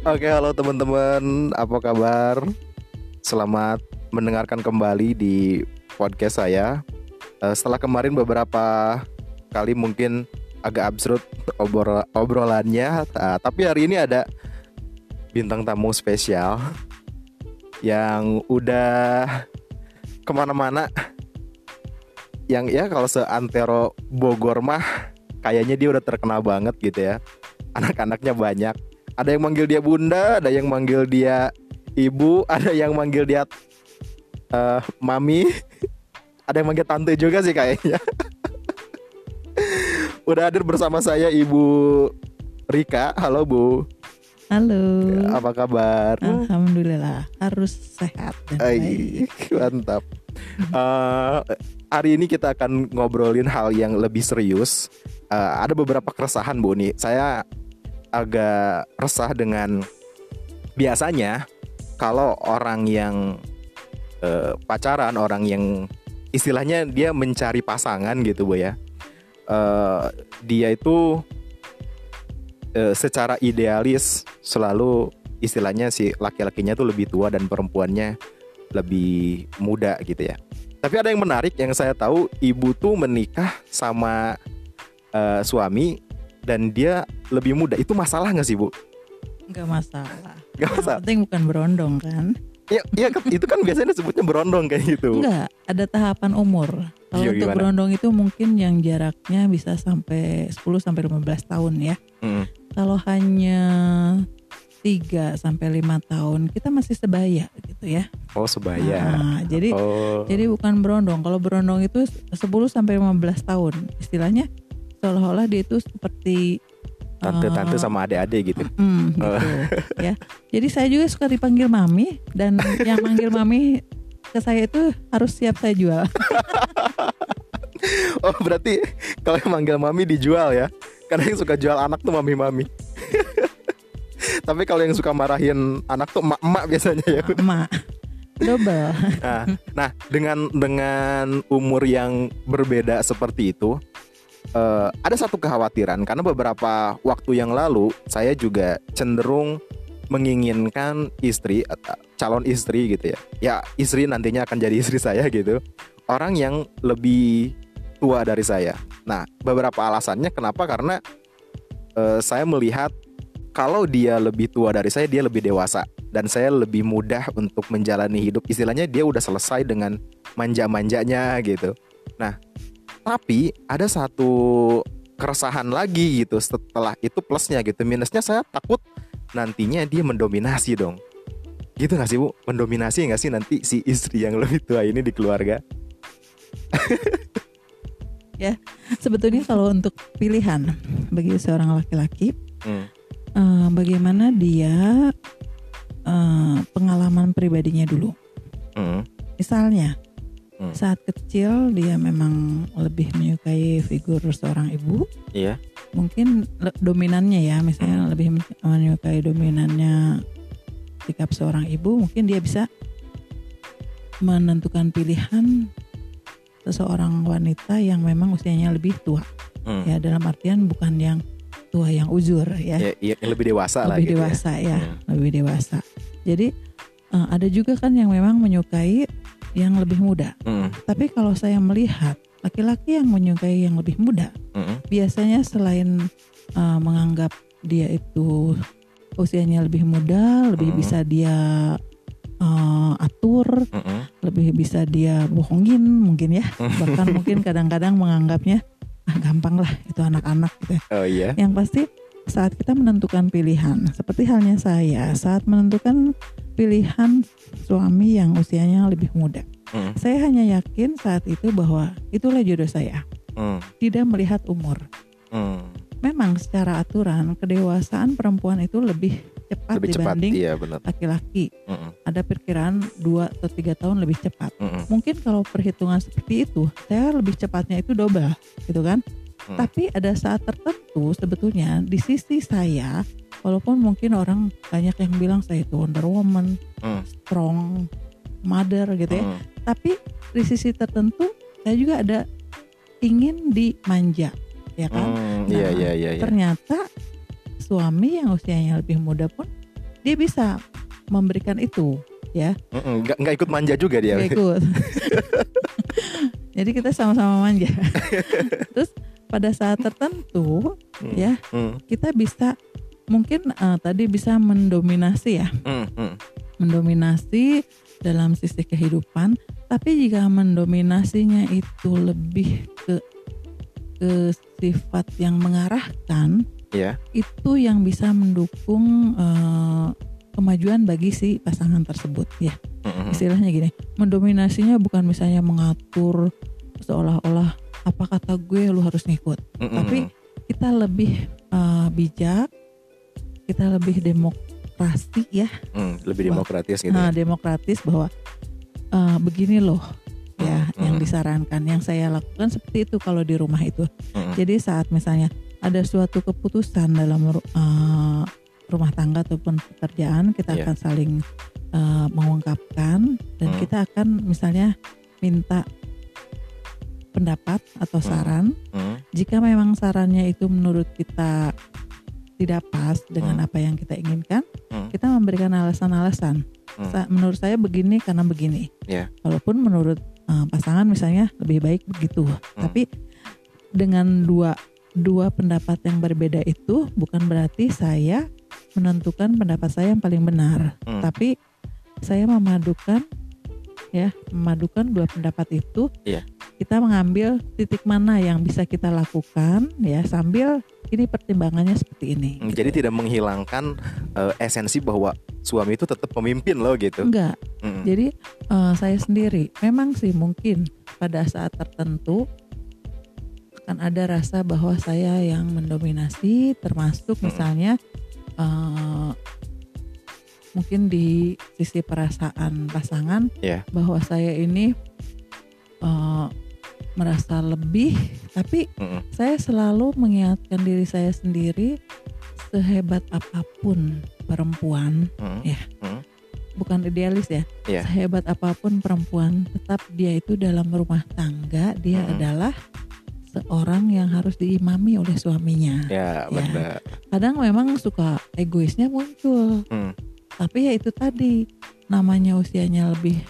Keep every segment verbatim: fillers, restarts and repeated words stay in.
Oke, halo teman-teman, apa kabar? Selamat mendengarkan kembali di podcast saya. Eh, Setelah kemarin beberapa kali mungkin agak absurd obrol- obrolannya, ah, tapi hari ini ada bintang tamu spesial yang udah kemana-mana. Yang ya kalau seantero Bogor mah kayaknya dia udah terkenal banget gitu ya. Anak-anaknya banyak. Ada yang manggil dia bunda, ada yang manggil dia ibu, ada yang manggil dia eh, mami, ada yang manggil tante juga sih kayaknya. Udah hadir bersama saya Ibu Rika. Halo Bu, Halo, apa kabar? alhamdulillah harus sehat dan baik. Ay, mantap. Eh, hari ini kita akan ngobrolin hal yang lebih serius. Eh, ada beberapa keresahan Bu nih. Saya agak resah dengan biasanya kalau orang yang eh, pacaran, orang yang istilahnya dia mencari pasangan gitu Bu ya. Eh, dia itu eh, secara idealis selalu istilahnya si laki-lakinya tuh lebih tua dan perempuannya lebih muda gitu ya. Tapi ada yang menarik yang saya tahu, ibu tuh menikah sama eh, suami dan dia lebih muda. Itu masalah nggak sih Bu? Nggak masalah. Nggak Yang masalah. penting bukan berondong kan? Ya, ya itu kan biasanya disebutnya berondong kayak gitu. Enggak, ada tahapan umur. Kalau Iya, untuk gimana? berondong itu mungkin yang jaraknya bisa sampai sepuluh sampai lima belas tahun ya. Mm. Kalau hanya tiga sampai lima tahun kita masih sebaya gitu ya. Oh sebaya. Nah, jadi Oh. jadi bukan berondong. Kalau berondong itu sepuluh sampai lima belas tahun. Istilahnya seolah-olah dia itu seperti Tante-tante eh, sama adik-adik gitu. Hmm, gitu ya. Jadi saya juga suka dipanggil mami dan yang manggil mami ke saya itu harus siap saya jual. Oh berarti kalau yang manggil mami dijual ya. Karena yang suka jual anak tuh mami-mami. Tapi kalau yang suka marahin anak tuh emak-emak biasanya ya. Emak. Double. Nah, nah dengan dengan umur yang berbeda seperti itu, eh, ada satu kekhawatiran karena beberapa waktu yang lalu saya juga cenderung menginginkan istri, eh, calon istri gitu ya. Ya istri nantinya akan jadi istri saya gitu. Orang yang lebih tua dari saya. Nah, beberapa alasannya kenapa? Karena eh, saya melihat kalau dia lebih tua dari saya, dia lebih dewasa dan saya lebih mudah untuk menjalani hidup. Istilahnya dia udah selesai dengan manja-manjanya gitu. Nah, tapi ada satu keresahan lagi gitu setelah itu plusnya gitu. Minusnya saya takut nantinya dia mendominasi dong. Gitu gak sih Bu? Mendominasi gak sih nanti si istri yang lebih tua ini di keluarga? Sebetulnya kalau untuk pilihan bagi seorang laki-laki, Hmm. eh, bagaimana dia eh, pengalaman pribadinya dulu. Hmm. Misalnya Hmm. saat kecil dia memang lebih menyukai figur seorang ibu. Iya. Mungkin le- dominannya ya, misalnya Hmm. lebih men- menyukai dominannya sikap seorang ibu, mungkin dia bisa menentukan pilihan seseorang wanita yang memang usianya lebih tua. Hmm. Ya, dalam artian bukan yang tua yang uzur ya, Ya, ya, yang lebih dewasa lah lebih gitu dewasa ya, Hmm. lebih dewasa. Jadi eh, ada juga kan yang memang menyukai yang lebih muda. ya. Hmm. Tapi kalau saya melihat laki-laki yang menyukai yang lebih muda, Hmm. biasanya selain uh, menganggap dia itu usianya lebih muda, lebih Mm. bisa dia uh, atur, Hmm. lebih bisa dia bohongin mungkin ya. Bahkan mungkin kadang-kadang menganggapnya ah gampang lah itu anak-anak gitu ya. Oh iya. Yang pasti saat kita menentukan pilihan, seperti halnya saya saat menentukan pilihan suami yang usianya lebih muda, Hmm. saya hanya yakin saat itu bahwa itulah jodoh saya, Hmm. tidak melihat umur. Hmm. Memang secara aturan kedewasaan perempuan itu lebih cepat Lebih cepat, dibanding iya benar. laki-laki. Hmm. Ada perkiraan dua atau tiga tahun lebih cepat. Hmm. Mungkin kalau perhitungan seperti itu, saya lebih cepatnya itu double, gitu kan? Hmm. Tapi ada saat tertentu sebetulnya di sisi saya, walaupun mungkin orang banyak yang bilang saya itu Wonder Woman, Hmm. strong mother gitu ya. Hmm. Tapi di sisi tertentu saya juga ada ingin dimanja, ya kan? Hmm. Nah, Iya iya iya. iya. Ternyata suami yang usianya lebih muda pun dia bisa memberikan itu, ya. Mm-mm, nggak nggak ikut manja juga dia. Nggak ikut. Jadi kita sama-sama manja. Terus pada saat tertentu, Mm, ya mm, kita bisa mungkin uh, tadi bisa mendominasi ya, mm, mm. mendominasi dalam sisi kehidupan. Tapi jika mendominasinya itu lebih ke ke sifat yang mengarahkan, Ya. itu yang bisa mendukung uh, kemajuan bagi si pasangan tersebut, ya. Mm-mm. Istilahnya gini, mendominasinya bukan misalnya mengatur seolah-olah apa kata gue lu harus ngikut, Mm-mm. tapi kita lebih uh, bijak, kita lebih demokrasi, ya. Mm, lebih Wah. demokratis gitu. Nah, Ya. demokratis bahwa uh, begini loh, ya, Mm, yang mm. disarankan, yang saya lakukan seperti itu kalau di rumah itu. Mm-mm. Jadi saat misalnya ada suatu keputusan dalam uh, rumah tangga ataupun pekerjaan, kita Iya. akan saling uh, mengungkapkan dan Hmm. kita akan misalnya minta pendapat atau Hmm. saran. Mm, Jika memang sarannya itu menurut kita tidak pas dengan Hmm. apa yang kita inginkan, Hmm. kita memberikan alasan-alasan. Hmm. Sa- Menurut saya begini karena begini. Iya. Walaupun menurut uh, pasangan misalnya lebih baik begitu. Hmm. Tapi dengan dua dua pendapat yang berbeda itu bukan berarti saya menentukan pendapat saya yang paling benar. Hmm. Tapi saya memadukan, ya, memadukan dua pendapat itu. Iya. Kita mengambil titik mana yang bisa kita lakukan, ya, sambil ini pertimbangannya seperti ini. Mm, gitu. Jadi tidak menghilangkan eh, esensi bahwa suami itu tetap pemimpin loh gitu. Enggak. Mm, Jadi eh, saya sendiri memang sih mungkin pada saat tertentu akan ada rasa bahwa saya yang mendominasi, termasuk Mm-mm. misalnya eh, mungkin di sisi perasaan pasangan, Iya. bahwa saya ini eh, merasa lebih, tapi Mm-mm. saya selalu mengingatkan diri saya sendiri, sehebat apapun perempuan, Mm-mm. ya. Mm. bukan idealis ya, Iya. sehebat apapun perempuan, tetap dia itu dalam rumah tangga, dia Mm-mm. adalah seorang yang harus diimami oleh suaminya. Ya benar. Kadang memang suka egoisnya muncul, Mm. tapi ya itu tadi, namanya usianya lebih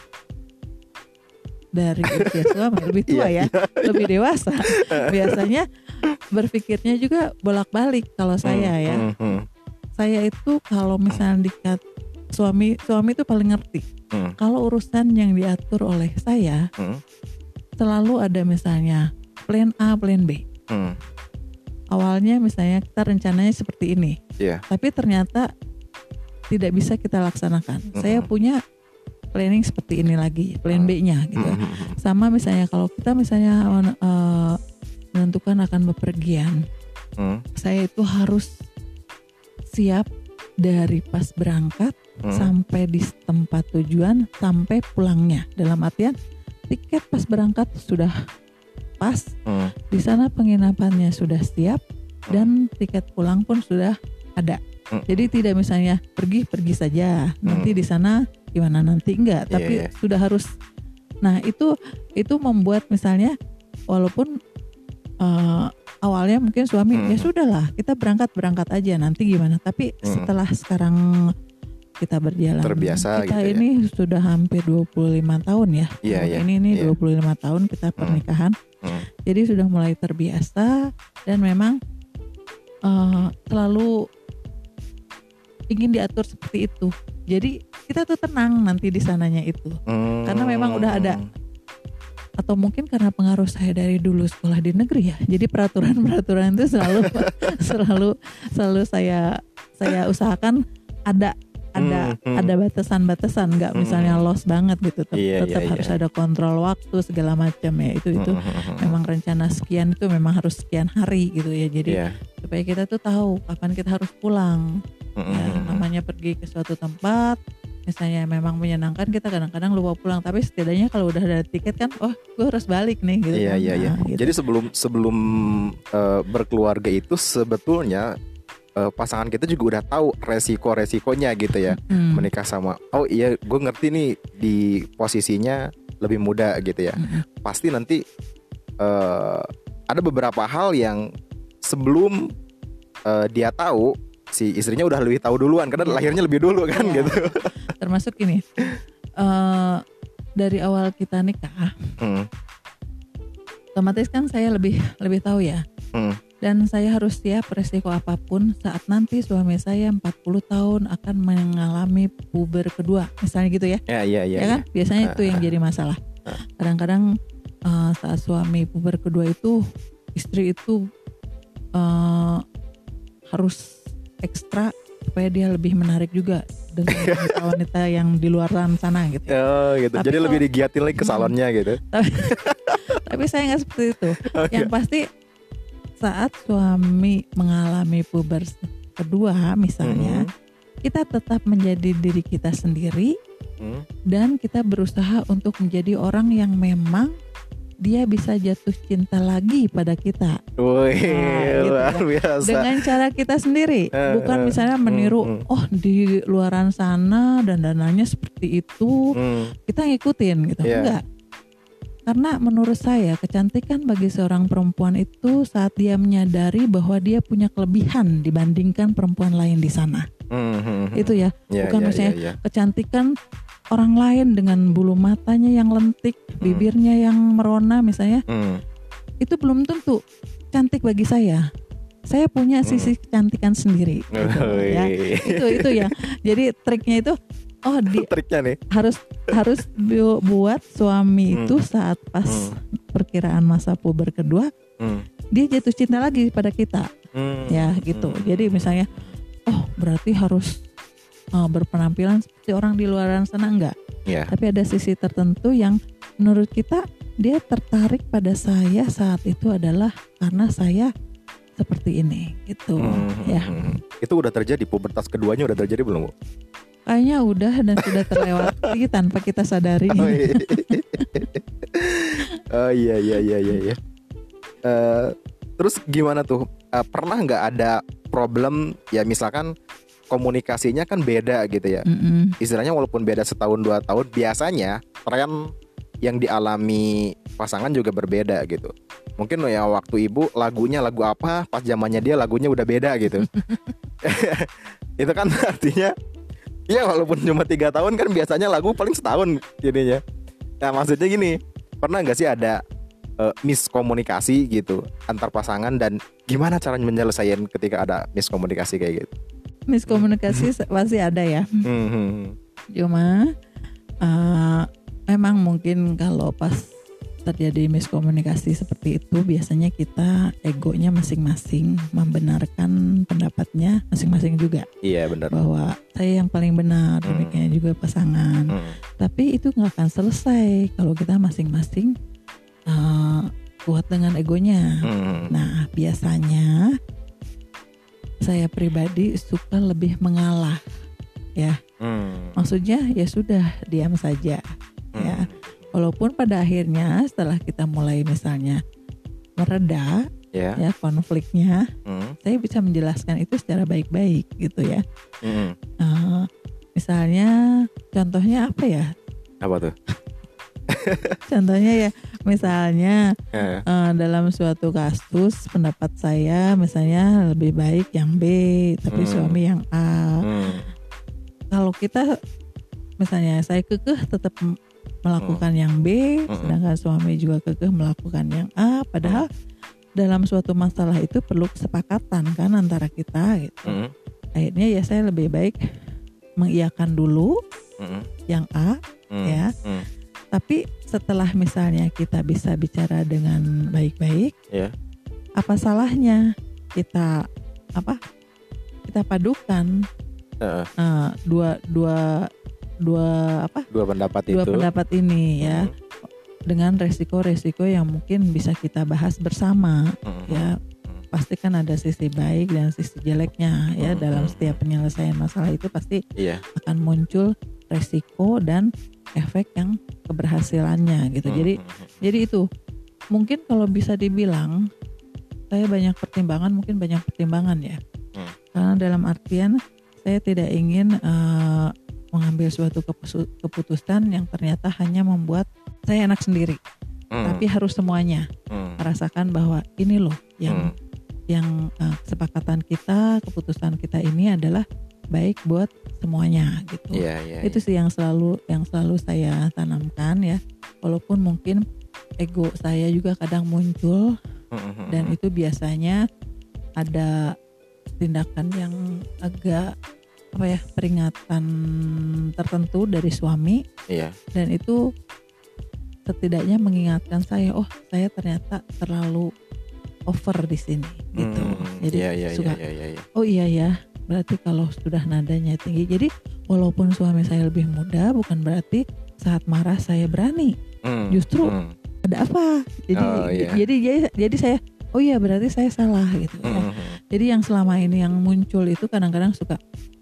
dari usia suami, lebih tua Iya, ya, lebih dewasa. Biasanya berpikirnya juga bolak-balik kalau saya ya. Mm, mm, Saya itu kalau misalnya dikat suami suami itu paling ngerti. mm, Kalau urusan yang diatur oleh saya, mm, selalu ada misalnya plan A, plan B. mm. Awalnya misalnya kita rencananya seperti ini, Iya. tapi ternyata tidak bisa kita laksanakan. Mm-mm. Saya punya planning seperti ini lagi, plan B-nya gitu. Mm, mm, mm. Sama misalnya kalau kita misalnya uh, menentukan akan bepergian, Mm, saya itu harus siap dari pas berangkat mm. sampai di tempat tujuan sampai pulangnya. Dalam artian tiket pas berangkat sudah pas, Mm, di sana penginapannya sudah siap, dan tiket pulang pun sudah ada. Mm. Jadi tidak misalnya pergi pergi saja, nanti di sana gimana nanti enggak, Iya, tapi iya. sudah harus. Nah itu itu membuat misalnya walaupun eh, awalnya mungkin suami Mm. ya sudahlah kita berangkat berangkat aja nanti gimana, tapi Mm. setelah sekarang kita berjalan, Terbiasa kita gitu ya. ini sudah hampir dua puluh lima tahun ya. Iya, Tahun iya, ini nih iya. dua puluh lima tahun kita pernikahan. Mm. Jadi sudah mulai terbiasa dan memang eh, selalu ingin diatur seperti itu. Jadi kita tuh tenang nanti di sananya itu. Mm. Karena memang udah ada. Atau mungkin karena pengaruh saya dari dulu sekolah di negeri ya. Jadi peraturan-peraturan itu selalu selalu selalu saya saya usahakan ada ada Hmm, hmm. ada batasan-batasan, nggak Hmm. misalnya loss banget gitu. Tetap, Iya, tetap iya, harus iya. ada kontrol waktu segala macam ya. Itu itu Mm, mm, mm, mm. memang rencana sekian itu memang harus sekian hari gitu ya. Jadi Iya. supaya kita tuh tahu kapan kita harus pulang. Mm, mm, Ya, mm, mm. namanya pergi ke suatu tempat, misalnya memang menyenangkan, kita kadang-kadang lupa pulang. Tapi setidaknya kalau udah ada tiket kan, oh gue harus balik nih gitu. Iya kan. iya iya. Nah, gitu. Jadi sebelum sebelum eh, berkeluarga itu sebetulnya eh, pasangan kita juga udah tahu resiko-resikonya gitu ya. Hmm. Menikah sama, oh iya gue ngerti nih di posisinya lebih muda gitu ya. Mm-mm. Pasti nanti eh, ada beberapa hal yang sebelum eh, dia tahu si istrinya udah lebih tahu duluan karena Iya. lahirnya lebih dulu kan Iya. gitu. Termasuk ini eh dari awal kita nikah, Hmm. otomatis kan saya lebih lebih tahu ya. Hmm. Dan saya harus siap resiko apapun saat nanti suami saya empat puluh tahun akan mengalami puber kedua, misalnya gitu ya. Ya iya iya. Ya kan? Biasanya itu yang Ah, jadi masalah. ah. Kadang-kadang eh, saat suami puber kedua itu istri itu eh, harus ekstra supaya dia lebih menarik juga dengan wanita-wanita yang di luar sana gitu. Oh gitu. Tapi Jadi kalau- lebih digiatin lagi ke Hmm. salonnya gitu. Tapi, tapi saya nggak seperti itu. Oh, Yang iya. pasti saat suami mengalami puber kedua misalnya, Mhm. kita tetap menjadi diri kita sendiri Hmm. dan kita berusaha untuk menjadi orang yang memang dia bisa jatuh cinta lagi pada kita Wih, gitu luar ya. biasa. dengan cara kita sendiri, Eh, bukan eh, misalnya meniru hmm, hmm. oh di luaran sana dan dananya seperti itu Hmm. kita ngikutin gitu. Iya. Enggak. Karena menurut saya kecantikan bagi seorang perempuan itu saat dia menyadari bahwa dia punya kelebihan dibandingkan perempuan lain di sana. Hmm, hmm, hmm. Itu ya, Ya, bukan ya, misalnya ya, ya. kecantikan orang lain dengan bulu matanya yang lentik, bibirnya yang merona misalnya, Hmm. itu belum tentu cantik bagi saya. Saya punya sisi kecantikan sendiri. Gitu, ya. Wih. Itu itu ya. Jadi triknya itu oh di Triknya nih. harus harus bu- buat suami Hmm. itu saat pas Hmm. perkiraan masa puber kedua Hmm. dia jatuh cinta lagi pada kita Hmm. ya gitu. Hmm. Jadi misalnya oh berarti harus uh, berpenampilan seperti orang di luaran sana, enggak, Ya. tapi ada sisi tertentu yang menurut kita dia tertarik pada saya saat itu adalah karena saya seperti ini gitu. Hmm. Ya Hmm. Itu udah terjadi, pubertas keduanya udah terjadi belum, Bu? kayaknya udah dan sudah terlewati tanpa kita sadari. Oh iya. Oh iya iya iya iya. iya. Eh, terus gimana tuh? Eh, pernah nggak ada problem ya misalkan komunikasinya kan beda gitu ya. Mm-mm. Istilahnya walaupun beda setahun dua tahun, biasanya tren yang dialami pasangan juga berbeda gitu. Mungkin ya waktu ibu lagunya lagu apa, pas zamannya dia lagunya udah beda gitu. Itu kan artinya ya walaupun cuma tiga tahun kan biasanya lagu paling setahun jadinya. Nah maksudnya gini, pernah nggak sih ada uh, miskomunikasi gitu antar pasangan dan gimana caranya menyelesaikan ketika ada miskomunikasi kayak gitu? Miskomunikasi se- pasti ada ya. Hmm, hmm, Cuma uh, memang mungkin kalau pas terjadi miskomunikasi seperti itu biasanya kita egonya masing-masing membenarkan pendapatnya masing-masing juga iya benar. bahwa saya yang paling benar, Hmm. demikian juga pasangan. Hmm, Tapi itu nggak akan selesai kalau kita masing-masing uh, kuat dengan egonya. hmm, Nah biasanya saya pribadi suka lebih mengalah ya. hmm, Maksudnya ya sudah diam saja hmm, ya. Walaupun pada akhirnya setelah kita mulai misalnya mereda ya, ya konfliknya, hmm, saya bisa menjelaskan itu secara baik-baik gitu ya. hmm. Eh, misalnya contohnya apa ya? Apa tuh? Contohnya ya misalnya Eh, eh, dalam suatu kasus pendapat saya misalnya lebih baik yang B tapi Hmm. suami yang A. hmm, Kalau kita misalnya saya kekeh tetap m- melakukan yang B, Hmm. sedangkan suami juga kekeh melakukan yang A, padahal dalam suatu masalah itu perlu kesepakatan kan antara kita gitu. hmm, Akhirnya ya saya lebih baik mengiyakan dulu hmm, yang A, hmm, Ya. hmm, tapi setelah misalnya kita bisa bicara dengan baik-baik, ya, apa salahnya kita apa? Kita padukan eh, eh, dua dua dua apa? dua pendapat dua itu. pendapat ini ya Hmm, dengan resiko-resiko yang mungkin bisa kita bahas bersama hmm, ya. Pasti kan ada sisi baik dan sisi jeleknya ya. Hmm, Dalam hmm, setiap penyelesaian masalah itu pasti Iya. akan muncul resiko dan efek yang keberhasilannya gitu. Hmm, Jadi hmm, hmm. jadi itu mungkin kalau bisa dibilang saya banyak pertimbangan, mungkin banyak pertimbangan ya. Hmm. Karena dalam artian saya tidak ingin eh, mengambil suatu kepusu- keputusan yang ternyata hanya membuat saya enak sendiri, Hmm, tapi harus semuanya hmm, merasakan bahwa ini loh yang hmm, yang uh, kesepakatan kita, keputusan kita ini adalah baik buat semuanya gitu. Iya, iya, Itu iya. sih yang selalu yang selalu saya tanamkan ya. Walaupun mungkin ego saya juga kadang muncul Mm-mm. dan itu biasanya ada tindakan yang agak apa ya, peringatan tertentu dari suami, Iya. dan itu setidaknya mengingatkan saya, oh saya ternyata terlalu over di sini gitu. Hmm, Jadi iya, iya, suka iya, iya, iya. oh iya ya, berarti kalau sudah nadanya tinggi. Jadi walaupun suami saya lebih muda, bukan berarti saat marah saya berani. Hmm, Justru hmm, ada apa? Jadi Oh, iya. jadi jadi jadi saya oh iya berarti saya salah gitu ya. hmm, hmm. Jadi yang selama ini yang muncul itu kadang-kadang suka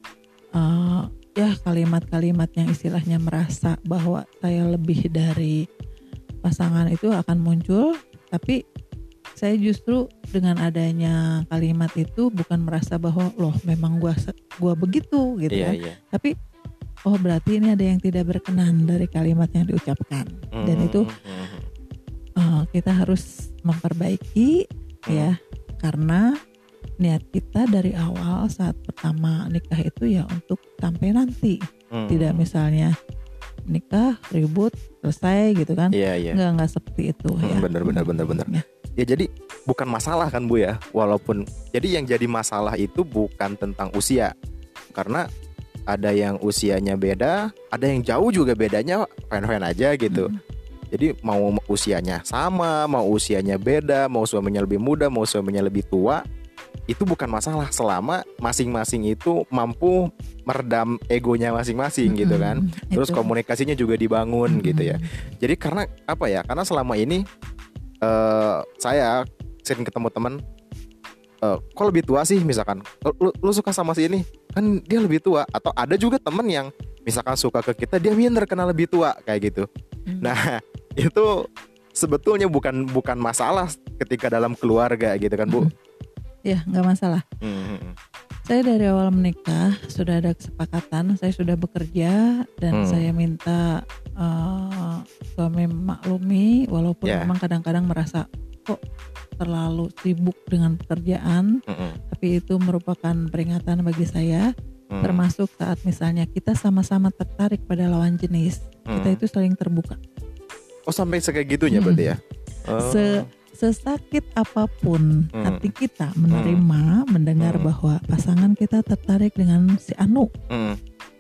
eh, ya kalimat-kalimat yang istilahnya merasa bahwa saya lebih dari pasangan itu akan muncul, tapi saya justru dengan adanya kalimat itu bukan merasa bahwa loh memang gua gua begitu gitu Iya, kan. iya. Tapi oh berarti ini ada yang tidak berkenan dari kalimat yang diucapkan. Dan Hmm, itu hmm, uh, kita harus memperbaiki ya, karena niat kita dari awal saat pertama nikah itu ya untuk sampai nanti, hmm. tidak misalnya nikah ribut selesai gitu kan. Iya, iya. Nggak nggak seperti itu ya. Hmm, bener, bener, bener, bener. Ya. Ya jadi bukan masalah kan Bu ya, walaupun jadi yang jadi masalah itu bukan tentang usia, karena ada yang usianya beda, ada yang jauh juga bedanya fine-fine aja gitu. Hmm. Jadi mau usianya sama, mau usianya beda, mau suaminya lebih muda, mau suaminya lebih tua, itu bukan masalah selama masing-masing itu mampu meredam egonya masing-masing Hmm, gitu kan. Terus itu. komunikasinya juga dibangun Hmm. gitu ya. Jadi karena apa ya? Karena selama ini uh, saya sering ketemu teman, uh, kok lebih tua sih misalkan. Lu, lu suka sama si ini, kan dia lebih tua. Atau ada juga teman yang misalkan suka ke kita, dia minder karena lebih tua kayak gitu. Hmm. Nah itu sebetulnya bukan bukan masalah ketika dalam keluarga gitu kan Bu. Ya nggak masalah. Hmm. Saya dari awal menikah sudah ada kesepakatan, saya sudah bekerja dan Hmm. saya minta uh, suami maklumi, walaupun Ya. memang kadang-kadang merasa kok terlalu sibuk dengan pekerjaan, Hmm. tapi itu merupakan peringatan bagi saya, Hmm. termasuk saat misalnya kita sama-sama tertarik pada lawan jenis, Hmm. kita itu saling terbuka. Oh sampai sekayak gitunya Hmm. berarti ya. Oh. Se Sesakit apapun Hmm. hati kita menerima, mendengar Hmm. bahwa pasangan kita tertarik dengan si Anu, Hmm.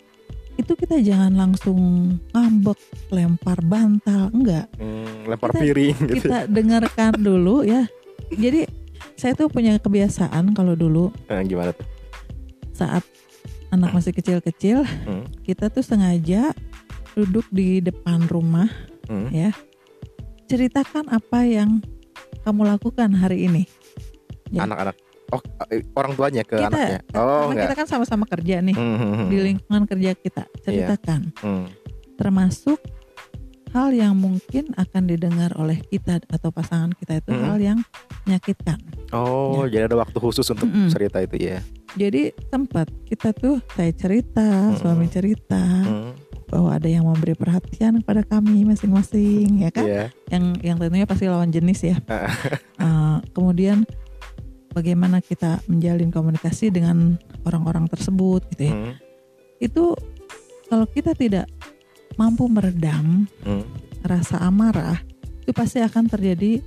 itu kita jangan langsung ngambek, lempar bantal, enggak. Hmm, lempar Kita- piring gitu. Kita dengarkan dulu ya. Jadi saya tuh punya kebiasaan kalau dulu Eh, gimana tuh? saat anak masih kecil-kecil, Hmm. kita tuh sengaja duduk di depan rumah Hmm. ya. Ceritakan apa yang kamu lakukan hari ini. Ya. Anak-anak. Oh, eh, orang tuanya ke Kita, anaknya. Oh, karena enggak. kita kan sama-sama kerja nih Hmm, hmm, hmm. di lingkungan kerja kita. Ceritakan, Hmm. termasuk hal yang mungkin akan didengar oleh kita atau pasangan kita itu Hmm. hal yang menyakitkan. Oh, jadi ada waktu khusus untuk Mm-mm. cerita itu ya. Jadi sempat kita tuh saya cerita, Mm-mm. suami cerita Hmm. bahwa ada yang memberi perhatian kepada kami masing-masing, ya kan? Iya. Yang yang tentunya pasti lawan jenis ya. Uh, kemudian bagaimana kita menjalin komunikasi dengan orang-orang tersebut gitu ya. Hmm. Itu kalau kita tidak mampu meredam Hmm. rasa amarah, itu pasti akan terjadi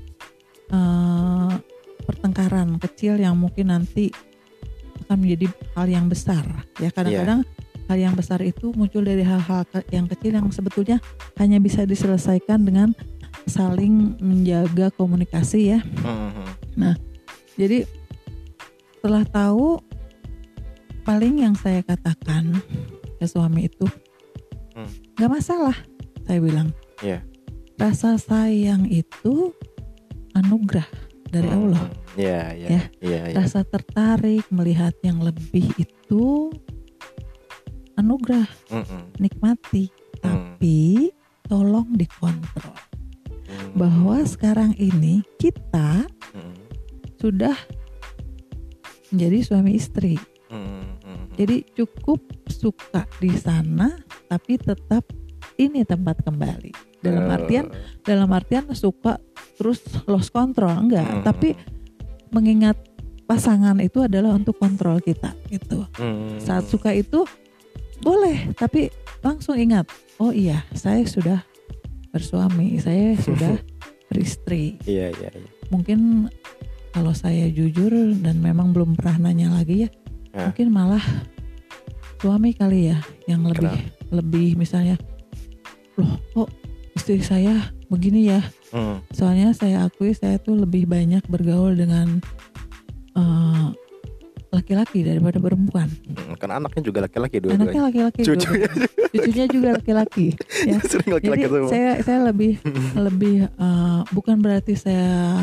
uh, pertengkaran kecil yang mungkin nanti akan menjadi hal yang besar. Ya kadang-kadang hal yang besar itu muncul dari hal-hal ke- yang kecil yang sebetulnya hanya bisa diselesaikan dengan saling menjaga komunikasi ya. Hmm. Jadi setelah tahu, paling yang saya katakan ke suami itu Hmm. nggak masalah, saya bilang. Iya. Rasa sayang itu anugerah dari Hmm. Allah. Iya, iya. Ya. Iya, iya. Rasa tertarik melihat yang lebih itu anugerah, Hmm. nikmati. Hmm. Tapi tolong dikontrol Hmm. bahwa sekarang ini kita Hmm. sudah menjadi suami istri. Hmm. Hmm. Jadi cukup suka di sana, tapi tetap ini tempat kembali. Dalam Eh, artian, dalam artian suka terus lost control enggak, hmm. tapi mengingat pasangan itu adalah untuk kontrol kita gitu. Hmm. Saat suka itu boleh, tapi langsung ingat, oh iya saya sudah bersuami, saya sudah beristri. Iya iya. iya. Mungkin kalau saya jujur dan memang belum pernah nanya lagi ya, Nah. mungkin malah suami kali ya yang lebih Kenapa? lebih misalnya, loh kok istri saya begini ya. Hmm. Soalnya saya akui saya tuh lebih banyak bergaul dengan uh, laki-laki daripada perempuan. Hmm, kan anaknya juga laki-laki Anaknya dua-duanya. laki-laki, Cucunya dua-duanya. Cucunya juga laki-laki. Ya. sering laki-laki Jadi semua. saya saya lebih lebih uh, bukan berarti saya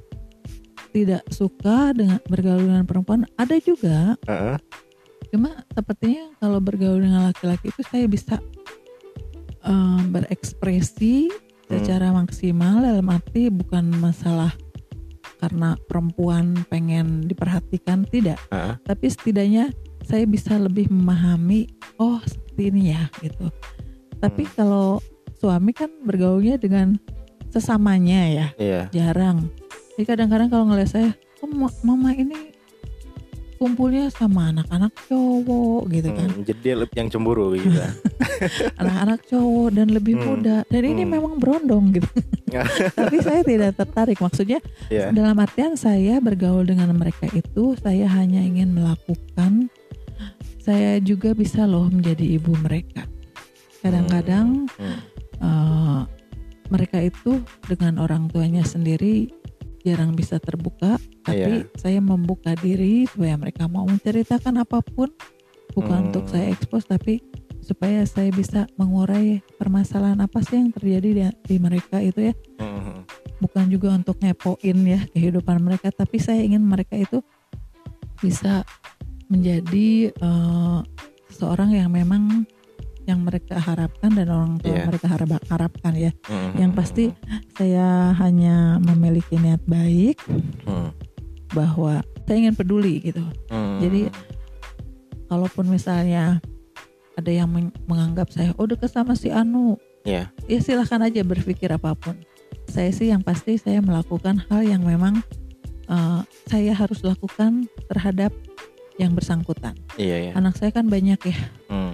tidak suka dengan bergaul dengan perempuan. Ada juga. Heeh. Cuma sepertinya kalau bergaul dengan laki-laki itu saya bisa uh, berekspresi secara maksimal, dalam arti bukan masalah karena perempuan pengen diperhatikan, tidak. Heeh. Tapi setidaknya saya bisa lebih memahami, oh seperti ini ya gitu. Tapi Hmm. kalau suami kan bergaulnya dengan sesamanya ya, Iya. jarang. Jadi kadang-kadang kalau ngeliat saya, oh ma- mama ini kumpulnya sama anak-anak cowok gitu kan. Hmm, jadi dia lebih yang cemburu gitu. Anak-anak cowok dan lebih Hmm. muda. Dan ini Hmm. memang berondong gitu. Tapi saya tidak tertarik. Maksudnya Iya. dalam artian saya bergaul dengan mereka itu, saya hanya ingin melakukan, saya juga bisa loh menjadi ibu mereka. Kadang-kadang Hmm. uh, mereka itu dengan orang tuanya sendiri jarang bisa terbuka, tapi Iya. saya membuka diri supaya mereka mau menceritakan apapun, bukan Hmm. untuk saya ekspos, tapi supaya saya bisa mengurai permasalahan apa sih yang terjadi di, di mereka itu ya. Hmm. Bukan juga untuk ngepoin ya kehidupan mereka, tapi saya ingin mereka itu bisa menjadi uh, seseorang yang memang yang mereka harapkan dan orang tua Iya. mereka harap, harapkan ya. Hmm. Yang pasti saya hanya memiliki niat baik, Hmm. bahwa saya ingin peduli gitu. Hmm. Jadi kalaupun misalnya ada yang men- menganggap saya oh dekat sama si Anu, Iya. ya silahkan aja berpikir apapun. Saya sih yang pasti saya melakukan hal yang memang uh, saya harus lakukan terhadap yang bersangkutan. Iya ya. Anak saya kan banyak ya, Hmm.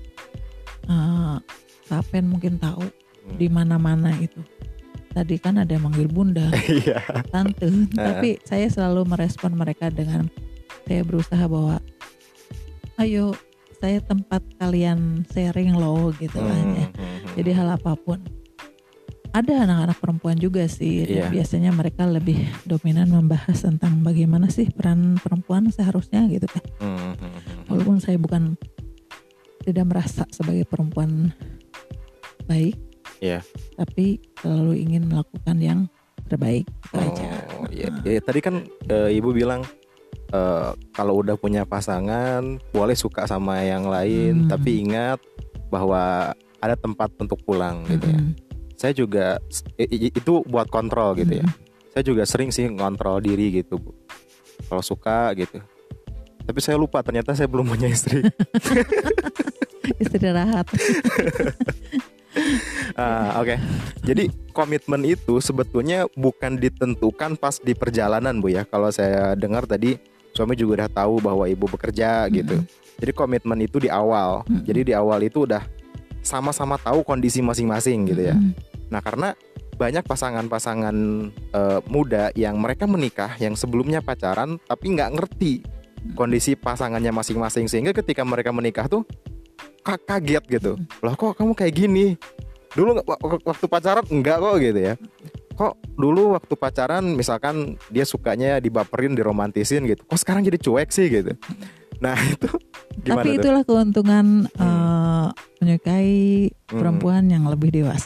uh, Kapen mungkin tahu Hmm. di mana-mana itu. Tadi kan ada yang manggil bunda, Iya. tante, tapi saya selalu merespon mereka dengan saya berusaha bahwa ayo saya tempat kalian sharing loh gitu kan ya. Hmm. Jadi hal apapun. Ada anak-anak perempuan juga sih, dan Iya. biasanya mereka lebih dominan membahas tentang bagaimana sih peran perempuan seharusnya gitu kan. Hmm. Walaupun saya bukan tidak merasa sebagai perempuan baik, Iya. tapi selalu ingin melakukan yang terbaik itu aja. Oh, iya. Ya, tadi kan eh, ibu bilang eh, kalau udah punya pasangan boleh suka sama yang lain, Hmm. tapi ingat bahwa ada tempat untuk pulang gitu ya. Mm-mm. Saya juga i- i- itu buat kontrol gitu ya. Mm-mm. Saya juga sering sih ngontrol diri gitu, Bu. Kalau suka gitu. Tapi saya lupa ternyata saya belum punya istri. Istirahat. Ah, Oke, jadi komitmen itu sebetulnya bukan ditentukan pas di perjalanan, Bu ya. Kalau saya dengar tadi suami juga udah tahu bahwa ibu bekerja gitu. Jadi komitmen itu di awal. Mm-mm. Jadi di awal itu udah sama-sama tahu kondisi masing-masing gitu ya. Mm-mm. Nah karena banyak pasangan-pasangan eh, muda yang mereka menikah yang sebelumnya pacaran tapi nggak ngerti kondisi pasangannya masing-masing, sehingga ketika mereka menikah tuh ka- kaget gitu. Loh kok kamu kayak gini? Dulu nggak- wak- waktu pacaran enggak kok gitu ya. Kok dulu waktu pacaran misalkan dia sukanya dibaperin, diromantisin gitu. Kok sekarang jadi cuek sih gitu. Nah itu gimana Tapi tuh? itulah keuntungan Hmm. eh, menyukai Hmm. perempuan yang lebih dewasa.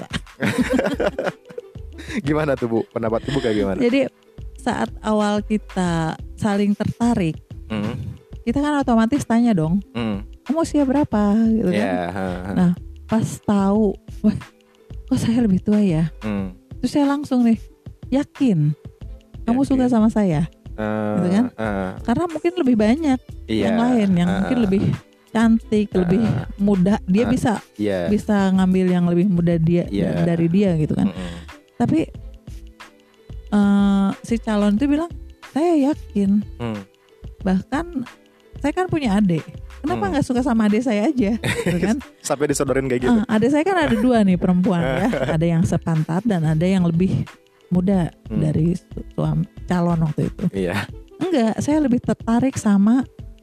Gimana tuh Bu? Pendapat Ibu kayak gimana? Jadi saat awal kita saling tertarik, Hmm. kita kan otomatis tanya dong, Hmm. kamu usia berapa gitu kan? Ya. ha, ha. Nah, pas tahu, wah, kok saya lebih tua ya? Hmm. Terus saya langsung nih, yakin kamu Yakin. suka sama saya? Eh, Gitu kan? eh, Karena mungkin lebih banyak iya. yang lain yang Eh, mungkin lebih cantik, eh, lebih muda. Dia eh, bisa Iya. bisa ngambil yang lebih muda dia Iya. dari dia gitu kan. Mm-mm. Tapi eh, si calon itu bilang saya yakin. Hmm. Bahkan saya kan punya adik. Kenapa nggak hmm. suka sama adik saya aja, gitu kan? Sampai disodorin kayak gitu. Uh, adik saya kan ada dua nih perempuan ya, ada yang sepantat dan ada yang lebih muda hmm. dari suami calon waktu itu. Iya. Enggak, saya lebih tertarik sama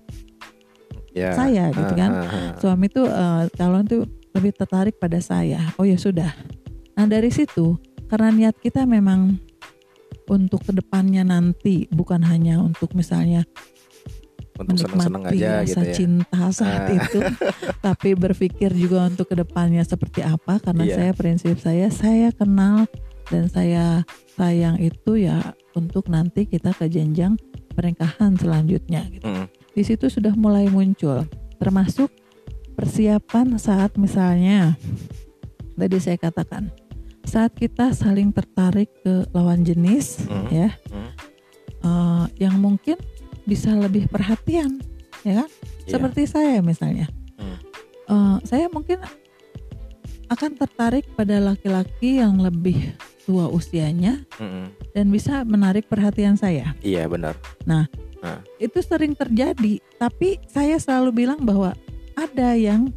ya. saya, gitu kan. Uh, uh, uh. Suami tuh uh, calon tuh lebih tertarik pada saya. Oh ya sudah. Nah dari situ, karena niat kita memang untuk kedepannya nanti, bukan hanya untuk misalnya untuk seneng-seneng aja rasa gitu ya. cinta saat uh. itu, tapi berpikir juga untuk kedepannya seperti apa. Karena yeah. saya prinsip saya, saya kenal dan saya sayang itu ya untuk nanti kita ke jenjang pernikahan selanjutnya. Gitu. Mm. Di situ sudah mulai muncul, termasuk persiapan saat misalnya tadi saya katakan, saat kita saling tertarik ke lawan jenis, mm. ya, mm. Uh, yang mungkin bisa lebih perhatian, ya kan? Yeah. Seperti saya misalnya, hmm. uh, saya mungkin akan tertarik pada laki-laki yang lebih tua usianya hmm. dan bisa menarik perhatian saya. Iya benar. Nah, nah, itu sering terjadi. Tapi saya selalu bilang bahwa ada yang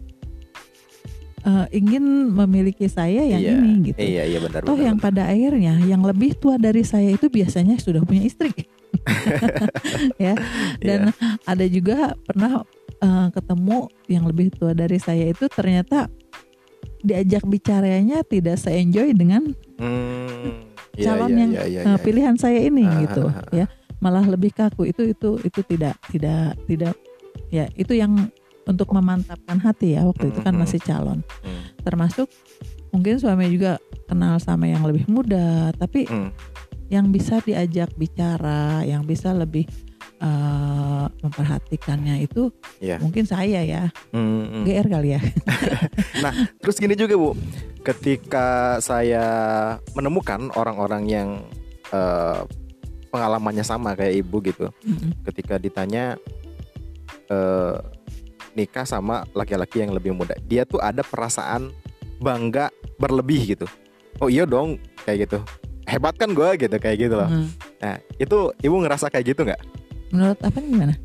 uh, ingin memiliki saya yang iya, ini, gitu. Iya iya benar. Toh benar, yang benar. pada akhirnya yang lebih tua dari saya itu biasanya sudah punya istri. Ya, dan yeah. ada juga pernah uh, ketemu yang lebih tua dari saya itu ternyata diajak bicaranya tidak se-enjoy dengan hmm, calon yeah, yeah, yang yeah, yeah, uh, yeah. pilihan saya ini uh, gitu, uh, uh, ya, malah lebih kaku. Itu itu itu tidak tidak tidak ya, itu yang untuk memantapkan hati ya, waktu itu kan masih calon. Hmm. Termasuk mungkin suami juga kenal sama yang lebih muda, tapi hmm. yang bisa diajak bicara, yang bisa lebih uh, memperhatikannya itu yeah. mungkin saya ya, mm-hmm. G R kali ya. Nah, terus gini juga Bu, ketika saya menemukan orang-orang yang uh, pengalamannya sama kayak Ibu gitu, mm-hmm. ketika ditanya uh, nikah sama laki-laki yang lebih muda, dia tuh ada perasaan bangga berlebih gitu. Oh iya dong, kayak gitu. Hebat kan gue gitu, kayak gitu loh. Hmm. Nah itu Ibu ngerasa kayak gitu nggak? Menurut apa gimana?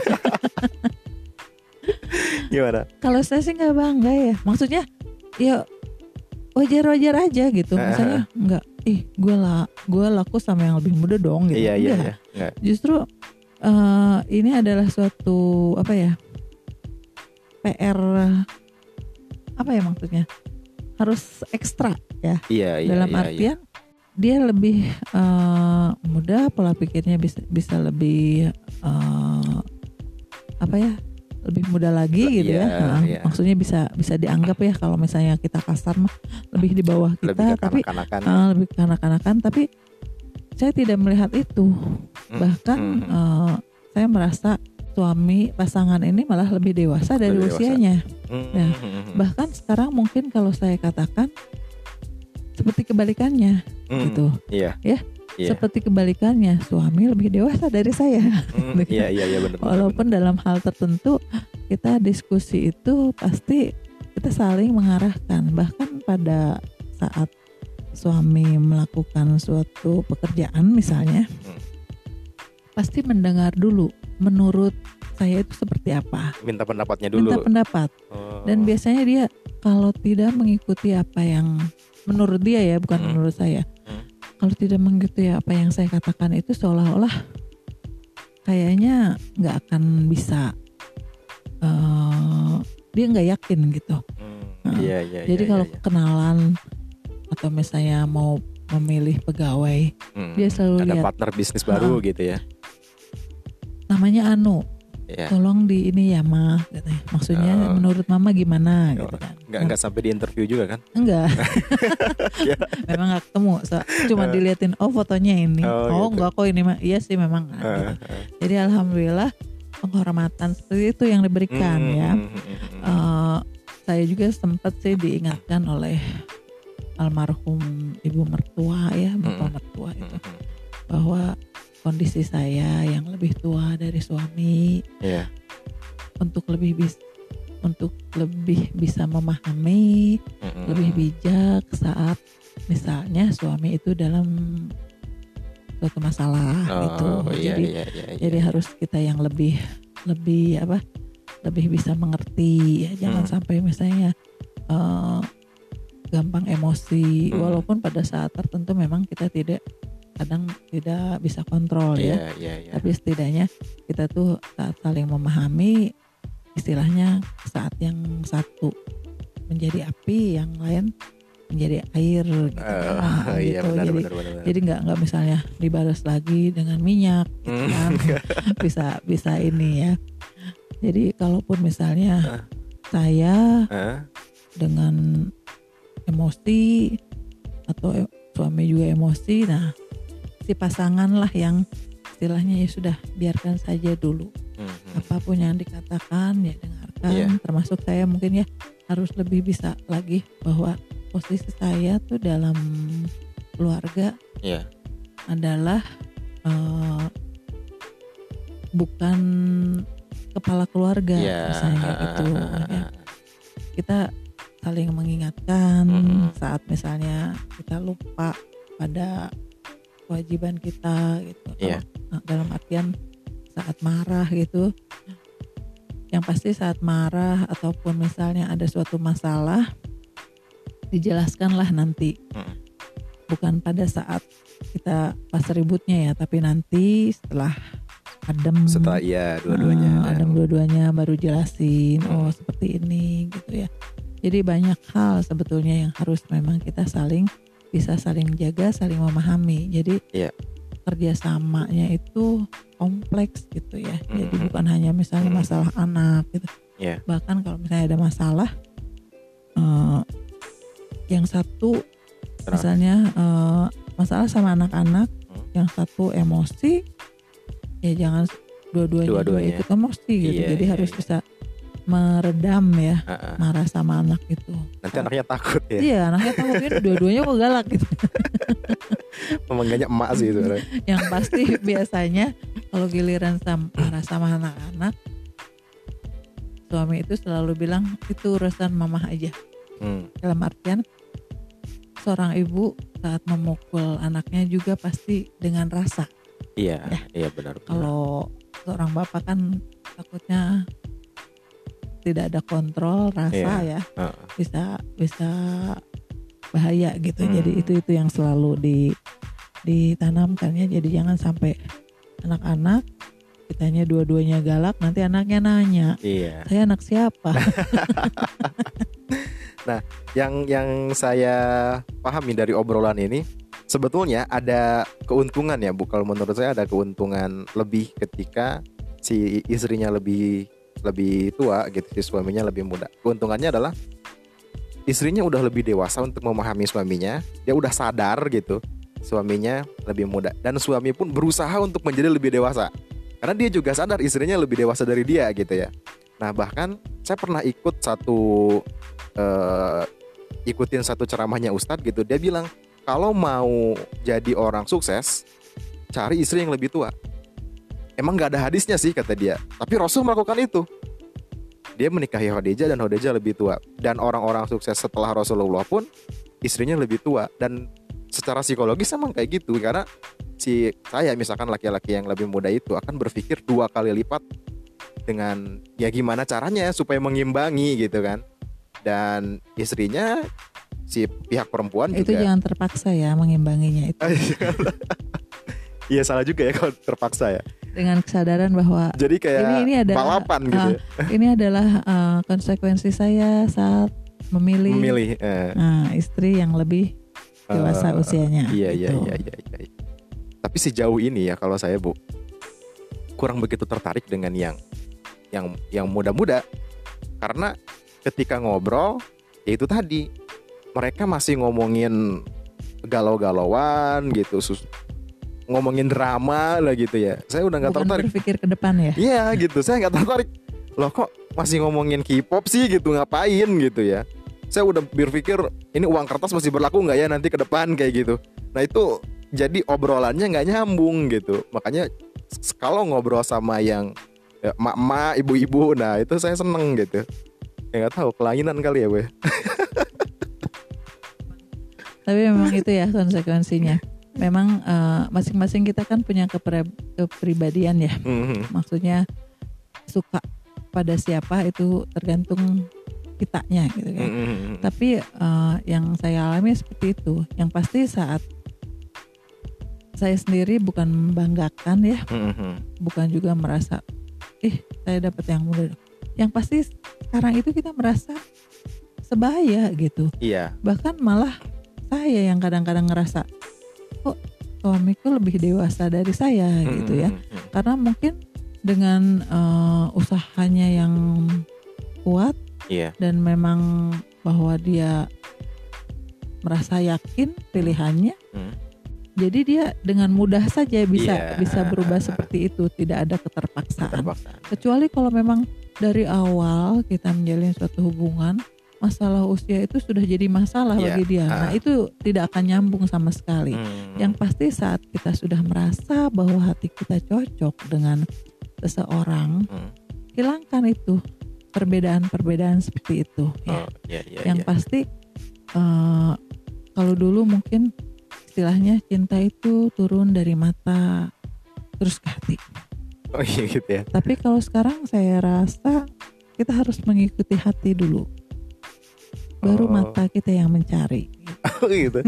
Gimana? Kalau saya sih nggak bangga ya. Maksudnya ya wajar-wajar aja gitu. Misalnya nggak, ih gue lah, gue laku sama yang lebih muda dong gitu. Iya iya iya. Nggak. Justru uh, ini adalah suatu apa ya? P R apa ya maksudnya? Harus ekstra ya. Iya iya. Dalam iya, artian. Iya. Dia lebih uh, muda, pola pikirnya bisa bisa lebih uh, apa ya, lebih muda lagi gitu yeah, ya. Nah, yeah. Maksudnya bisa bisa dianggap ya kalau misalnya kita kasar mah lebih di bawah kita, lebih tapi uh, lebih kanak-kanakan. Tapi saya tidak melihat itu. Mm, Bahkan mm, uh, saya merasa suami pasangan ini malah lebih dewasa dari lebih usianya. Dewasa. Mm, nah, mm, bahkan sekarang mungkin kalau saya katakan seperti kebalikannya, mm, gitu, iya, ya, iya. Seperti kebalikannya, suami lebih dewasa dari saya. Mm, iya, iya, iya, benar. Walaupun benar. Dalam hal tertentu kita diskusi itu pasti kita saling mengarahkan. Bahkan pada saat suami melakukan suatu pekerjaan misalnya, mm. pasti mendengar dulu. Menurut saya itu seperti apa? Minta pendapatnya dulu. Minta pendapat. Oh. Dan biasanya dia kalau tidak mengikuti apa yang menurut dia ya, bukan hmm. menurut saya. Hmm. Kalau tidak mengikuti apa yang saya katakan itu seolah-olah kayaknya nggak akan bisa. Uh, dia nggak yakin gitu. Hmm. Nah, yeah, yeah, jadi yeah, kalau yeah, yeah. kenalan atau misalnya mau memilih pegawai, hmm. dia selalu ada lihat partner bisnis baru uh, gitu ya. Namanya Anu. Yeah. Tolong di ini ya Ma, katanya. Maksudnya oh. menurut Mama gimana oh. gitu kan. Enggak enggak sampai di interview juga kan? Enggak. Memang enggak ketemu, so, cuma diliatin oh fotonya ini. Oh, oh gitu. Enggak kok ini mah. Iya sih memang. Uh, gitu. uh. Jadi alhamdulillah penghormatan seperti itu yang diberikan mm, ya. Mm, mm, mm. Uh, saya juga sempat sih diingatkan oleh almarhum ibu mertua ya, bapak mm, mertua itu mm, bahwa kondisi saya yang lebih tua dari suami, yeah. untuk lebih bis, untuk lebih bisa memahami, mm-hmm. lebih bijak saat misalnya suami itu dalam suatu masalah gitu. Oh iya Jadi iya iya. iya. jadi harus kita yang lebih lebih apa? Lebih bisa mengerti ya. Jangan Hmm. sampai misalnya eh, gampang emosi, Hmm. walaupun pada saat tertentu memang kita tidak kadang tidak bisa kontrol ya. Iya iya iya. Tapi setidaknya kita tuh saat saling memahami, istilahnya saat yang satu menjadi api, yang lain menjadi air gitu. Oh, Nah, iya gitu. benar Jadi benar benar. benar. jadi nggak nggak misalnya dibalas lagi dengan minyak gitu Hmm. kan. bisa bisa ini ya. Jadi kalaupun misalnya Ah. saya Hah? dengan emosi atau e- suami juga emosi, nah si pasangan lah yang istilahnya ya sudah biarkan saja dulu, Hmm. apapun yang dikatakan ya dengarkan. Iya. Termasuk saya mungkin ya harus lebih bisa lagi bahwa posisi saya tuh dalam keluarga Iya. adalah eh, bukan kepala keluarga Iya. misalnya kayak gitu ya. Kita saling mengingatkan Mm-mm. saat misalnya kita lupa pada kewajiban kita gitu. Iya. Kalau, nah, dalam artian saat marah gitu, yang pasti saat marah ataupun misalnya ada suatu masalah, dijelaskanlah nanti. Mm. Bukan pada saat kita pas ributnya ya, tapi nanti setelah adem, Setelah iya dua-duanya. eh, adem dua-duanya baru jelasin, Hmm. oh seperti ini gitu ya. Jadi banyak hal sebetulnya yang harus memang kita saling bisa saling jaga, saling memahami. Jadi Iya. kerjasamanya itu kompleks gitu ya. Jadi Mm-mm. bukan hanya misalnya Mm-mm. masalah anak gitu. Iya. Bahkan kalau misalnya ada masalah, eh, yang satu Kenapa? misalnya eh, masalah sama anak-anak, Hmm. yang satu emosi, ya jangan dua-duanya, juga Dua-duanya. ikut emosi gitu. Iya, Jadi iya, harus iya. bisa meredam ya Ah, ah. marah sama anak itu. Nanti anaknya takut ya. Iya, anaknya tahu mungkin dua-duanya kok galak gitu. Memanggilnya emak sih itu. Yang pasti biasanya kalau giliran sama marah sama anak-anak, suami itu selalu bilang itu urusan mamah aja. Hmm. Dalam artian seorang ibu saat memukul anaknya juga pasti dengan rasa. Iya, Ya. iya benar. benar. Kalau seorang bapak kan takutnya tidak ada kontrol rasa ya, Ah, bisa bisa bahaya gitu. Hmm. Jadi itu itu yang selalu di ditanamkan ya. Jadi jangan sampai anak-anak kitanya dua-duanya galak, nanti anaknya nanya, Iya. saya anak siapa? Yang yang saya pahami dari obrolan ini sebetulnya ada keuntungan ya Bu. Kalau menurut saya ada keuntungan lebih ketika si istrinya lebih lebih tua gitu, si suaminya lebih muda. Keuntungannya adalah istrinya udah lebih dewasa untuk memahami suaminya, dia udah sadar gitu suaminya lebih muda, dan suami pun berusaha untuk menjadi lebih dewasa karena dia juga sadar istrinya lebih dewasa dari dia gitu ya. Nah bahkan saya pernah ikut satu eh, ikutin satu ceramahnya Ustadz gitu, dia bilang kalau mau jadi orang sukses cari istri yang lebih tua. Emang gak ada hadisnya sih kata dia, tapi Rasul melakukan itu. Dia menikahi Khadijah dan Khadijah lebih tua. Dan orang-orang sukses setelah Rasulullah pun istrinya lebih tua. Dan secara psikologis emang kayak gitu. Karena si saya misalkan laki-laki yang lebih muda itu akan berpikir dua kali lipat dengan ya gimana caranya supaya mengimbangi gitu kan. Dan istrinya si pihak perempuan Itu juga. jangan terpaksa ya mengimbanginya itu. Iya salah juga ya kalau terpaksa ya. Dengan kesadaran bahwa Jadi kayak ini ini ada balapan gitu ya. ini adalah eh, konsekuensi saya saat memilih, Memilih eh, nah, istri yang lebih dewasa eh, usianya. Iya iya gitu. iya iya iya. Tapi sejauh ini ya kalau saya Bu kurang begitu tertarik dengan yang yang yang muda-muda, karena ketika ngobrol ya itu tadi mereka masih ngomongin galau-galauan gitu, sus- ngomongin drama lah gitu ya. Saya udah nggak Bukan tertarik. berpikir ke depan ya. Iya gitu, saya nggak tertarik. Loh kok masih ngomongin K-pop sih gitu, ngapain gitu ya. Saya udah berpikir ini uang kertas masih berlaku nggak ya nanti ke depan kayak gitu. Nah itu jadi obrolannya nggak nyambung gitu. Makanya s- kalau ngobrol sama yang ya, emak-emak, ibu-ibu, nah itu saya seneng gitu. Ya nggak tahu kelainan kali ya Bu. Tapi memang itu ya konsekuensinya. memang uh, masing-masing kita kan punya kepre- kepribadian ya. Mhm. Maksudnya suka pada siapa itu tergantung kitanya gitu kan. Mhm. Tapi uh, yang saya alami seperti itu. Yang pasti saat saya sendiri bukan membanggakan ya, Mhm. bukan juga merasa ih saya dapat yang muda. Yang pasti sekarang itu kita merasa sebaya gitu. Iya. Bahkan malah saya yang kadang-kadang ngerasa kok suamiku lebih dewasa dari saya gitu ya. Mhm. Karena mungkin dengan uh, usahanya yang kuat Iya. dan memang bahwa dia merasa yakin pilihannya. Mhm. Jadi dia dengan mudah saja bisa Iya. bisa berubah seperti itu, tidak ada keterpaksaan. Keterpaksaan. Kecuali kalau memang dari awal kita menjalin suatu hubungan, masalah usia itu sudah jadi masalah Iya. bagi dia. Nah, Ah. itu tidak akan nyambung sama sekali. Hmm. Yang pasti saat kita sudah merasa bahwa hati kita cocok dengan seseorang, Hmm. hilangkan itu perbedaan-perbedaan seperti itu ya. Oh, iya, iya, Yang iya. pasti eh, kalau dulu mungkin istilahnya cinta itu turun dari mata terus ke hati. Oh iya gitu ya. Tapi kalau sekarang saya rasa kita harus mengikuti hati dulu. Baru Oh. mata kita yang mencari. Oh gitu.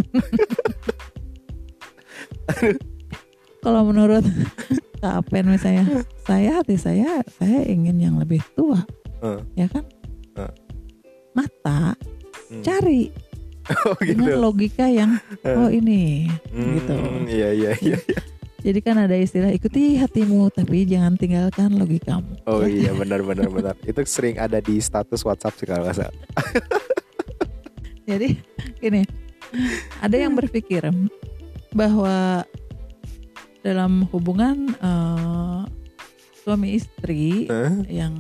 Kalau menurut Kak Apen misalnya, saya hati saya saya ingin yang lebih tua, Uh. ya kan? Uh. Mata Hmm. cari Oh gitu. dengan logika yang oh ini Hmm, gitu. Iya iya iya. Jadi kan ada istilah ikuti hatimu tapi jangan tinggalkan logikamu. Oh iya benar benar benar. Itu sering ada di status WhatsApp sih kalau nggak salah. Jadi gini, ada yang berpikir bahwa dalam hubungan eh, suami istri Huh? yang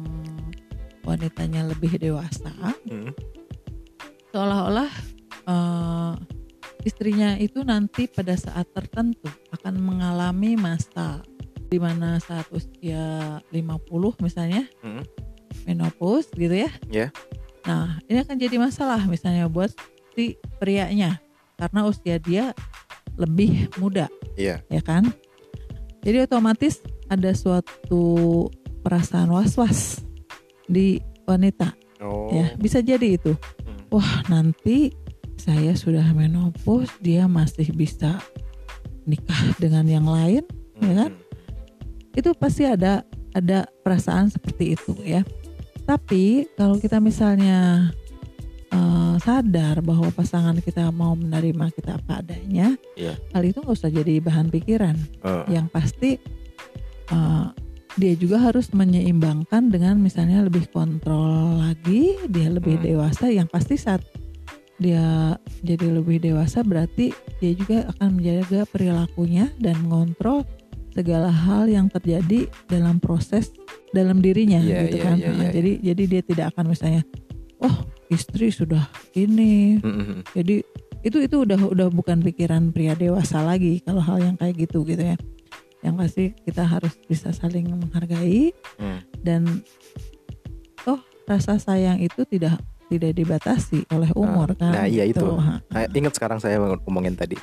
wanitanya lebih dewasa, Hmm. seolah-olah eh, istrinya itu nanti pada saat tertentu akan mengalami masa di mana saat usia lima puluh misalnya Hmm. menopause gitu ya. Ya. Nah, ini akan jadi masalah misalnya buat si prianya karena usia dia lebih muda, Iya. ya kan? Jadi otomatis ada suatu perasaan was-was di wanita, Oh. ya. Bisa jadi itu. Hmm. Wah, nanti saya sudah menopause, dia masih bisa nikah dengan yang lain, ya kan? Itu pasti ada ada perasaan seperti itu ya. Tapi kalau kita misalnya uh, sadar bahwa pasangan kita mau menerima kita apa adanya, Iya. hal itu nggak usah jadi bahan pikiran. Oh. Yang pasti uh, dia juga harus menyeimbangkan dengan misalnya lebih kontrol lagi, dia lebih Hmm. dewasa. Yang pasti saat dia jadi lebih dewasa berarti dia juga akan menjaga perilakunya dan mengontrol segala hal yang terjadi dalam proses dalam dirinya Iya, gitu iya, kan. iya, Nah, iya, jadi jadi dia tidak akan misalnya, oh istri sudah ini. Hmm. Jadi itu itu udah udah bukan pikiran pria dewasa lagi kalau hal yang kayak gitu gitu ya. Yang pasti kita harus bisa saling menghargai Hmm. dan toh rasa sayang itu tidak tidak dibatasi oleh umur kan. Nah iya itu. gitu. Ha. Nah, ingat sekarang saya ngomongin tadi.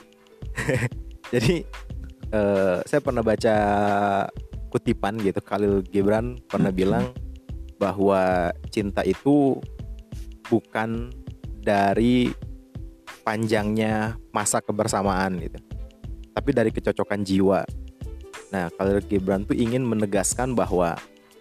Jadi eh, saya pernah baca kutipan gitu, Khalil Gibran pernah bilang bahwa cinta itu bukan dari panjangnya masa kebersamaan gitu, tapi dari kecocokan jiwa. Nah, Khalil Gibran tuh ingin menegaskan bahwa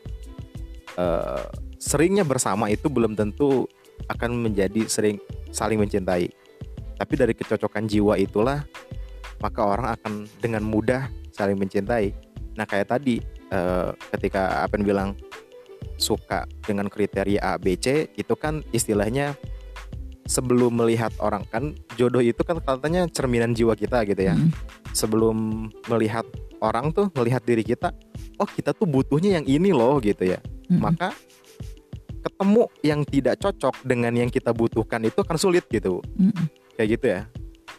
eh, seringnya bersama itu belum tentu akan menjadi sering saling mencintai, tapi dari kecocokan jiwa itulah maka orang akan dengan mudah saling mencintai. Nah kayak tadi eh, ketika Apen bilang suka dengan kriteria A, B, C, itu kan istilahnya sebelum melihat orang, kan jodoh itu kan katanya cerminan jiwa kita gitu ya. Hmm. Sebelum melihat orang tuh melihat diri kita, oh kita tuh butuhnya yang ini loh gitu ya. Mm-mm. Maka ketemu yang tidak cocok dengan yang kita butuhkan itu akan sulit gitu. Mm-mm. Kayak gitu ya.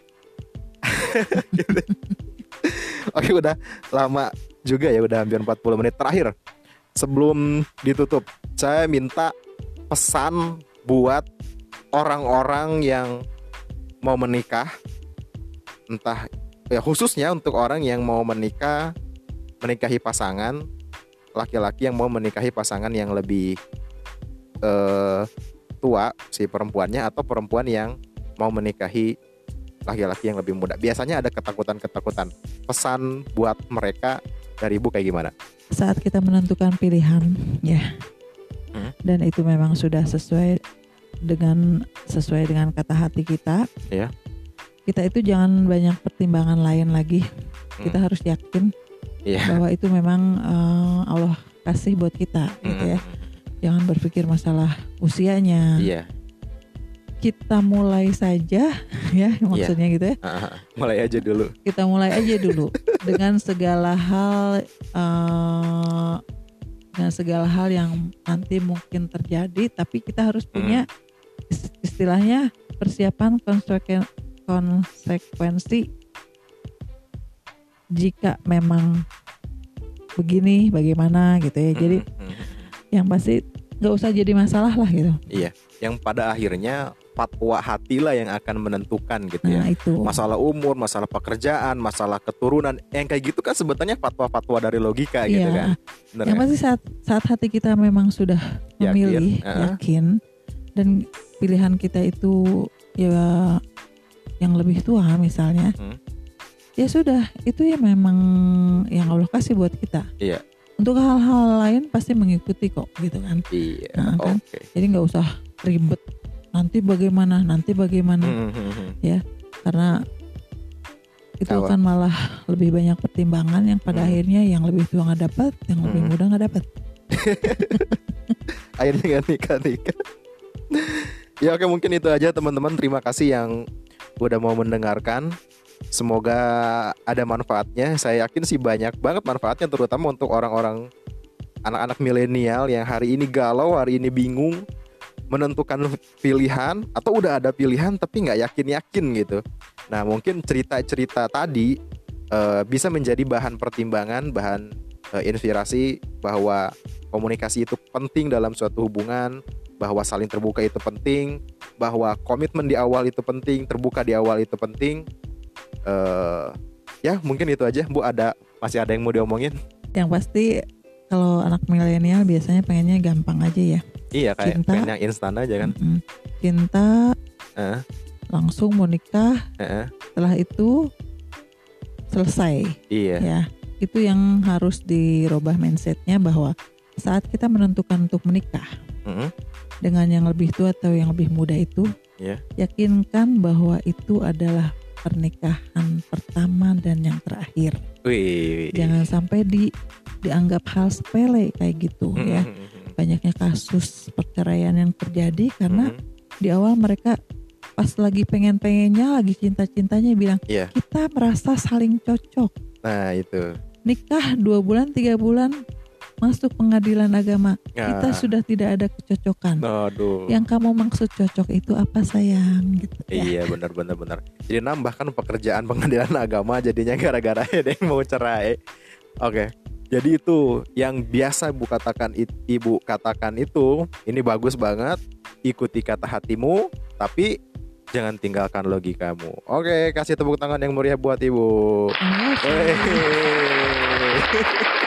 Gitu. Oke, udah lama juga ya, udah hampir empat puluh menit. Terakhir sebelum ditutup, saya minta pesan buat orang-orang yang mau menikah, entah ya khususnya untuk orang yang mau menikah, menikahi pasangan laki-laki yang mau menikahi pasangan yang lebih eh, tua si perempuannya, atau perempuan yang mau menikahi laki-laki yang lebih muda. Biasanya ada ketakutan-ketakutan. Pesan buat mereka dari Ibu kayak gimana? Saat kita menentukan pilihan, ya, Hmm? dan itu memang sudah sesuai dengan sesuai dengan kata hati kita. Iya. Kita itu jangan banyak pertimbangan lain lagi. Kita Hmm. harus yakin Iya. bahwa itu memang eh, Allah kasih buat kita, gitu ya. Hmm. Jangan berpikir masalah usianya. Iya. Kita mulai saja, ya, maksudnya gitu ya. Ah, mulai aja dulu. Kita mulai aja dulu dengan segala hal, eh, dengan segala hal yang nanti mungkin terjadi, tapi kita harus punya is- istilahnya persiapan konsekuensi, konsekuensi jika memang begini bagaimana gitu ya. Jadi Hmm. yang pasti nggak usah jadi masalah lah gitu. Iya. Yang pada akhirnya fatwa hati lah yang akan menentukan gitu ya. Nah itu. Masalah umur, masalah pekerjaan, masalah keturunan, yang kayak gitu kan sebetulnya fatwa-fatwa dari logika gitu Iya. kan. Bener Yang kan? pasti saat saat hati kita memang sudah Yakin, memilih, uh-uh. yakin, dan pilihan kita itu ya yang lebih tua misalnya, Hmm. ya sudah, itu ya memang yang Allah kasih buat kita. Iya. Untuk hal-hal lain pasti mengikuti kok gitu kan. Iya. Nah, kan? Oke. Jadi nggak usah ribet. Nanti bagaimana, nanti bagaimana, Hmm, hmm, hmm. karena itu Apa? akan malah lebih banyak pertimbangan yang pada Hmm. akhirnya yang lebih tua nggak dapat, yang lebih Hmm. muda nggak dapat. Akhirnya nggak nikah-nikah. Ya oke, mungkin itu aja teman-teman. Terima kasih yang udah mau mendengarkan. Semoga ada manfaatnya. Saya yakin sih banyak banget manfaatnya, terutama untuk orang-orang anak-anak milenial yang hari ini galau, hari ini bingung menentukan pilihan, atau udah ada pilihan tapi nggak yakin-yakin gitu. Nah mungkin cerita-cerita tadi eh, bisa menjadi bahan pertimbangan, bahan eh, inspirasi bahwa komunikasi itu penting dalam suatu hubungan, bahwa saling terbuka itu penting, bahwa komitmen di awal itu penting, terbuka di awal itu penting. Eh, ya mungkin itu aja Bu. Ada masih ada yang mau diomongin? Yang pasti kalau anak milenial biasanya pengennya gampang aja ya. Iya, kayak Cinta. pengen yang instan aja kan. Mm-mm. Cinta, Eh, langsung mau nikah, eh, eh. setelah itu selesai. Iya. Ya, itu yang harus dirubah mindsetnya, bahwa saat kita menentukan untuk menikah Mm-mm. dengan yang lebih tua atau yang lebih muda itu, Iya. yakinkan bahwa itu adalah pernikahan pertama dan yang terakhir. Wih. Jangan sampai di dianggap hal sepele kayak gitu Mm-mm. ya. Banyaknya kasus perceraian yang terjadi karena Mm-mm. di awal mereka pas lagi pengen-pengennya, lagi cinta-cintanya bilang Iya. kita merasa saling cocok. Nah itu. Nikah dua bulan, tiga bulan, masuk pengadilan agama. Kita Nah. sudah tidak ada kecocokan. Aduh. Yang kamu maksud cocok itu apa sayang? Gitu ya. Iya, benar benar benar. Jadi nambah kan pekerjaan pengadilan agama jadinya gara-gara ada yang mau cerai. Oke. Jadi itu yang biasa Ibu katakan, Ibu katakan itu, ini bagus banget. Ikuti kata hatimu, tapi jangan tinggalkan logikamu. Oke, kasih tepuk tangan yang meriah buat Ibu. Terima kasih. Wey.